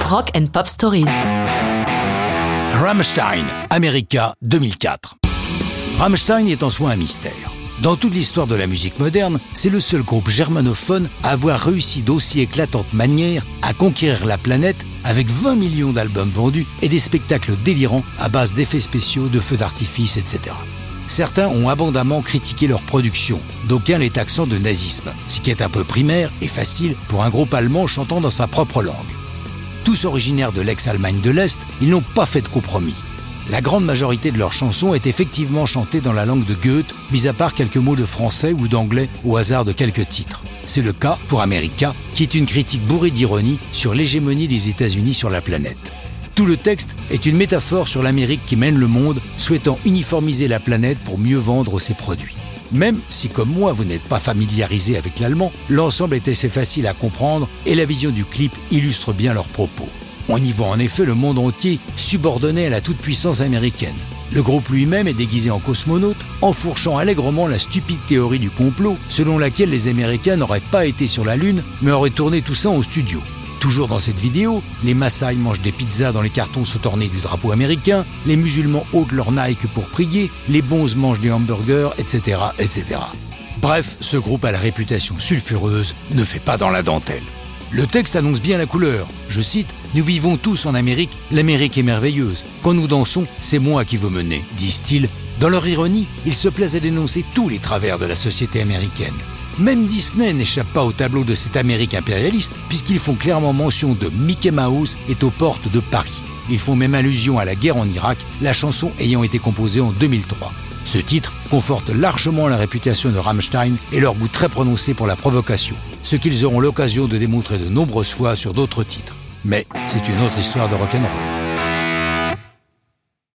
Rock and Pop Stories. Rammstein, America 2004. Rammstein est en soi un mystère. Dans toute l'histoire de la musique moderne, c'est le seul groupe germanophone à avoir réussi d'aussi éclatante manière à conquérir la planète avec 20 millions d'albums vendus et des spectacles délirants à base d'effets spéciaux, de feux d'artifice, etc. Certains ont abondamment critiqué leur production, d'aucuns les taxant de nazisme, ce qui est un peu primaire et facile pour un groupe allemand chantant dans sa propre langue. Tous originaires de l'ex-Allemagne de l'Est, ils n'ont pas fait de compromis. La grande majorité de leurs chansons est effectivement chantée dans la langue de Goethe, mis à part quelques mots de français ou d'anglais au hasard de quelques titres. C'est le cas pour America, qui est une critique bourrée d'ironie sur l'hégémonie des États-Unis sur la planète. Tout le texte est une métaphore sur l'Amérique qui mène le monde, souhaitant uniformiser la planète pour mieux vendre ses produits. Même si, comme moi, vous n'êtes pas familiarisé avec l'allemand, l'ensemble est assez facile à comprendre et la vision du clip illustre bien leurs propos. On y voit en effet le monde entier subordonné à la toute-puissance américaine. Le groupe lui-même est déguisé en cosmonaute, enfourchant allègrement la stupide théorie du complot selon laquelle les Américains n'auraient pas été sur la Lune, mais auraient tourné tout ça en studio. Toujours dans cette vidéo, les Maasai mangent des pizzas dans les cartons sous ornés du drapeau américain, les musulmans ôtent leur Nike pour prier, les bonzes mangent des hamburgers, etc., etc. Bref, ce groupe à la réputation sulfureuse ne fait pas dans la dentelle. Le texte annonce bien la couleur. Je cite « Nous vivons tous en Amérique, l'Amérique est merveilleuse. Quand nous dansons, c'est moi qui vous menez », disent-ils. Dans leur ironie, ils se plaisent à dénoncer tous les travers de la société américaine. Même Disney n'échappe pas au tableau de cette Amérique impérialiste, puisqu'ils font clairement mention de Mickey Mouse est aux portes de Paris. Ils font même allusion à la guerre en Irak, la chanson ayant été composée en 2003. Ce titre conforte largement la réputation de Rammstein et leur goût très prononcé pour la provocation, ce qu'ils auront l'occasion de démontrer de nombreuses fois sur d'autres titres. Mais c'est une autre histoire de rock'n'roll.